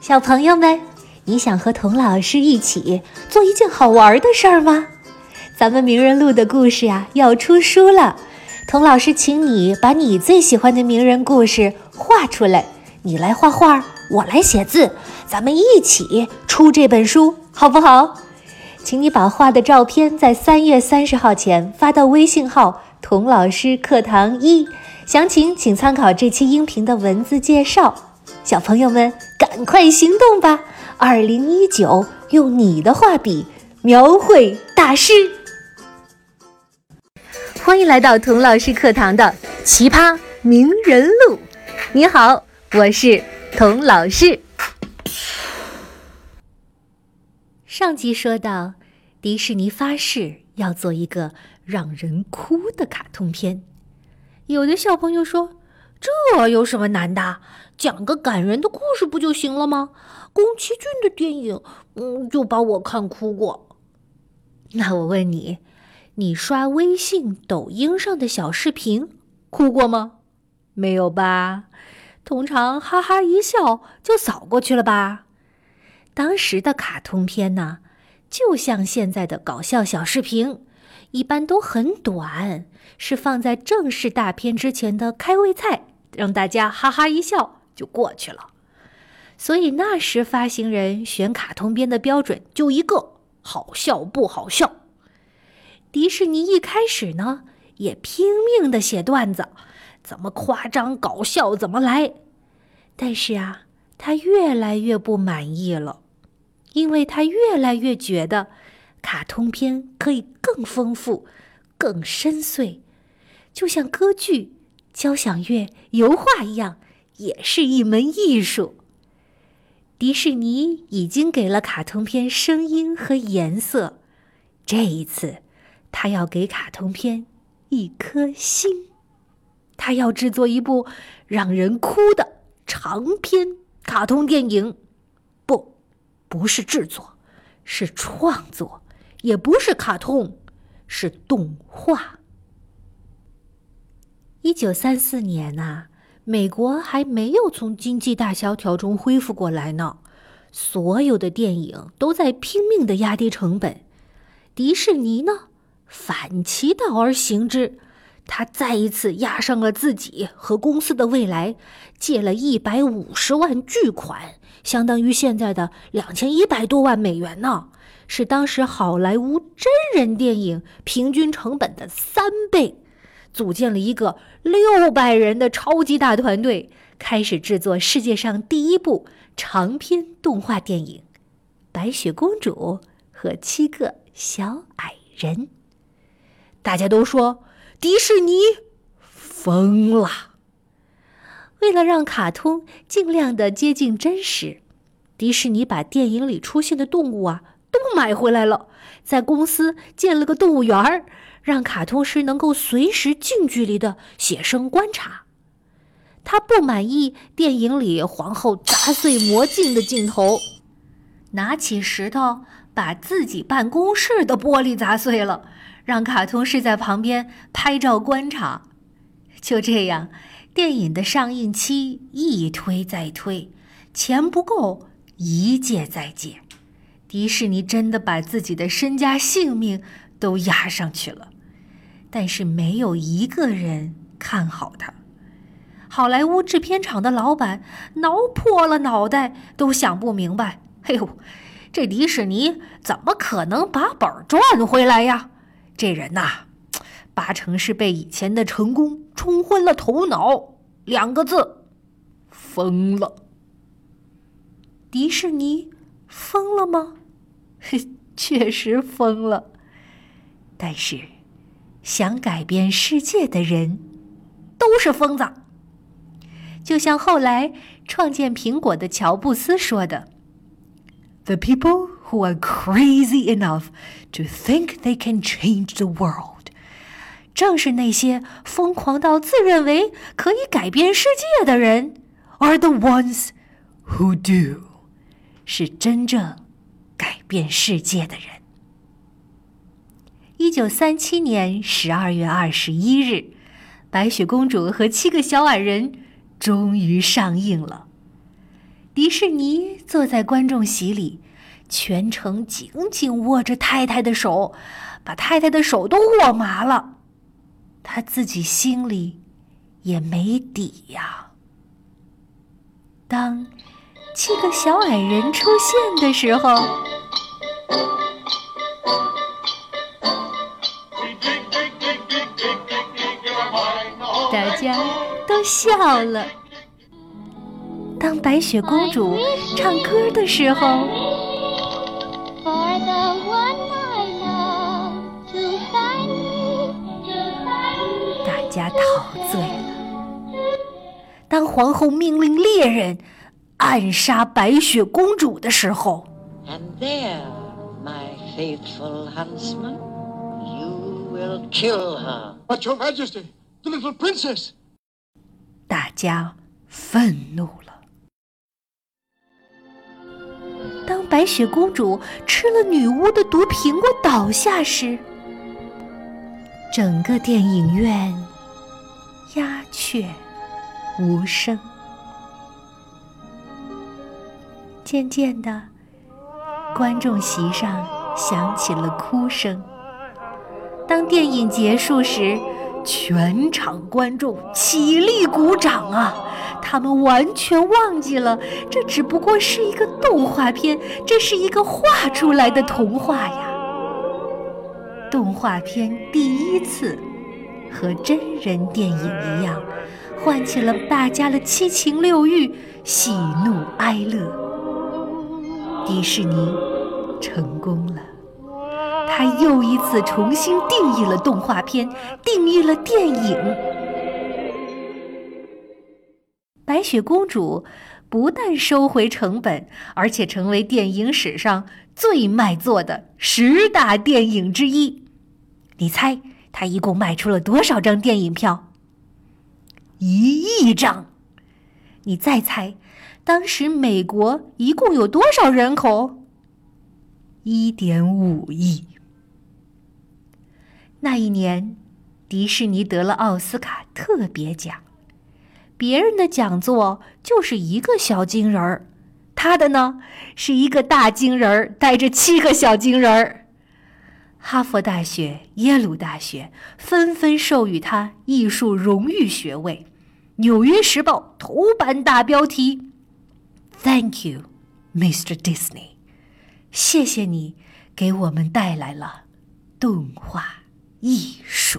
小朋友们，你想和童老师一起做一件好玩的事儿吗？咱们名人录的故事呀，要出书了。童老师请你把你最喜欢的名人故事画出来，你来画画，我来写字，咱们一起出这本书，好不好？请你把画的照片在3月30号前发到微信号童老师课堂1，详情请参考这期音频的文字介绍。小朋友们赶快行动吧！2019用你的画笔描绘大师。欢迎来到童老师课堂的奇葩名人录。你好，我是童老师。上集说到，迪士尼发誓要做一个让人哭的卡通片。有的小朋友说，这有什么难的？讲个感人的故事不就行了吗？宫崎骏的电影，就把我看哭过。那我问你，你刷微信、抖音上的小视频哭过吗？没有吧？通常哈哈一笑就扫过去了吧？当时的卡通片呢，就像现在的搞笑小视频，一般都很短，是放在正式大片之前的开胃菜，让大家哈哈一笑就过去了。所以那时发行人选卡通片的标准就一个，好笑不好笑。迪士尼一开始呢，也拼命地写段子，怎么夸张搞笑怎么来。但是啊，他越来越不满意了，因为他越来越觉得卡通片可以更丰富、更深邃，就像歌剧、交响乐、油画一样，也是一门艺术。迪士尼已经给了卡通片声音和颜色，这一次他要给卡通片一颗心，他要制作一部让人哭的长篇卡通电影。不是制作，是创作，也不是卡通，是动画。1934年啊，美国还没有从经济大萧条中恢复过来呢，所有的电影都在拼命地压低成本。迪士尼呢，反其道而行之，他再一次押上了自己和公司的未来，借了150万巨款，相当于现在的2100多万美元呢，是当时好莱坞真人电影平均成本的3倍，组建了一个600人的超级大团队，开始制作世界上第一部长篇动画电影《白雪公主和7个小矮人》。大家都说迪士尼疯了。为了让卡通尽量的接近真实，迪士尼把电影里出现的动物都买回来了，在公司建了个动物园，让卡通师能够随时近距离的写生观察。他不满意电影里皇后砸碎魔镜的镜头，拿起石头把自己办公室的玻璃砸碎了，让卡通师在旁边拍照观察。就这样，电影的上映期一推再推，钱不够一借再借，迪士尼真的把自己的身家性命都押上去了。但是没有一个人看好他。好莱坞制片厂的老板挠破了脑袋都想不明白，这迪士尼怎么可能把本赚回来呀？这人八成是被以前的成功冲昏了头脑，2个字，疯了。迪士尼疯了吗？确实疯了。但是想改变世界的人都是疯子。就像后来创建苹果的乔布斯说的， The people who are crazy enough to think they can change the world， 正是那些疯狂到自认为可以改变世界的人 are the ones who do， 是真正改变世界的人。1937年12月21日，白雪公主和7个小矮人终于上映了。 迪士尼坐在观众席里，全程紧紧握着太太的手，把太太的手都握麻了。他自己心里也没底呀。当7个小矮人出现的时候，大家都笑了。当白雪公主唱歌的时候，大家陶醉了。当皇后命令猎人暗杀白雪公主的时候， And there, my faithful huntsman, you will kill her. But your majesty, the little princess. 大家愤怒了。当白雪公主吃了女巫的毒苹果倒下时，整个电影院鸦雀无声。渐渐的，观众席上响起了哭声。当电影结束时，全场观众起立鼓掌啊！他们完全忘记了，这只不过是一个动画片，这是一个画出来的童话呀。动画片第一次和真人电影一样，唤起了大家的七情六欲、喜怒哀乐。迪士尼成功了，他又一次重新定义了动画片，定义了电影。白雪公主不但收回成本，而且成为电影史上最卖座的10大电影之一。你猜她一共卖出了多少张电影票？1亿张。你再猜，当时美国一共有多少人口？1.5亿。那一年，迪士尼得了奥斯卡特别奖。别人的讲座就是一个小金人儿，他的呢是一个大金人儿带着7个小金人儿。哈佛大学、耶鲁大学纷纷授予他艺术荣誉学位。纽约时报头版大标题 ：Thank you, Mr. Disney。谢谢你给我们带来了动画艺术。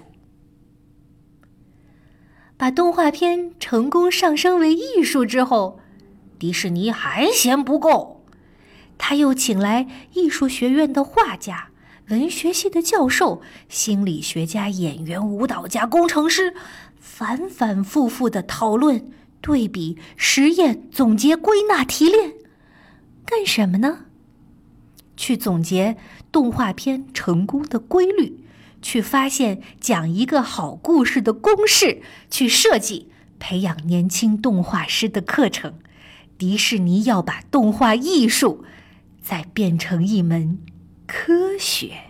把动画片成功上升为艺术之后，迪士尼还嫌不够，他又请来艺术学院的画家、文学系的教授、心理学家、演员、舞蹈家、工程师，反反复复地讨论、对比、实验、总结、归纳、提炼。干什么呢？去总结动画片成功的规律，去发现讲一个好故事的公式，去设计培养年轻动画师的课程。迪士尼要把动画艺术再变成一门科学。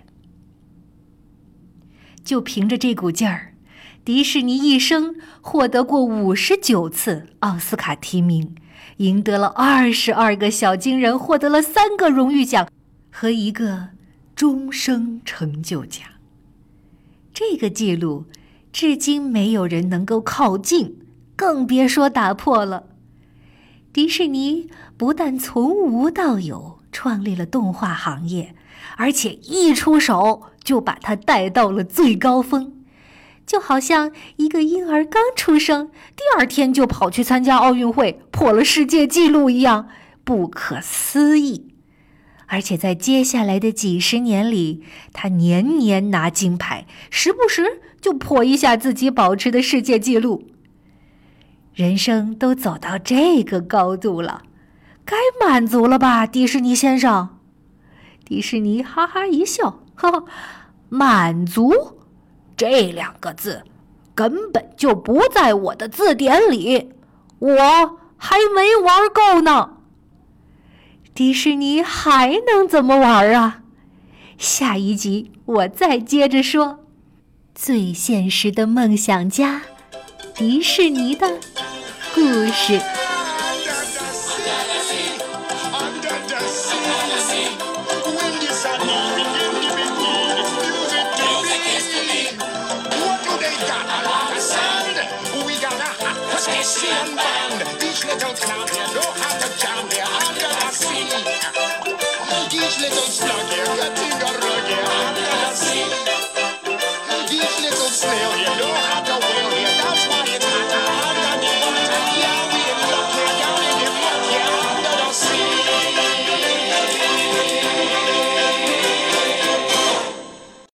就凭着这股劲儿，迪士尼一生获得过59次奥斯卡提名，赢得了22个小金人，获得了3个荣誉奖和1个终生成就奖。这个记录至今没有人能够靠近，更别说打破了。迪士尼不但从无到有创立了动画行业，而且一出手就把它带到了最高峰，就好像一个婴儿刚出生，第2天就跑去参加奥运会，破了世界纪录一样，不可思议。而且在接下来的几十年里，他年年拿金牌，时不时就破一下自己保持的世界纪录。人生都走到这个高度了，该满足了吧，迪士尼先生？迪士尼哈哈一笑，哈哈，满足这2个字根本就不在我的字典里，我还没玩够呢。迪士尼还能怎么玩啊？下一集我再接着说最现实的梦想家迪士尼的故事。 Now you know how to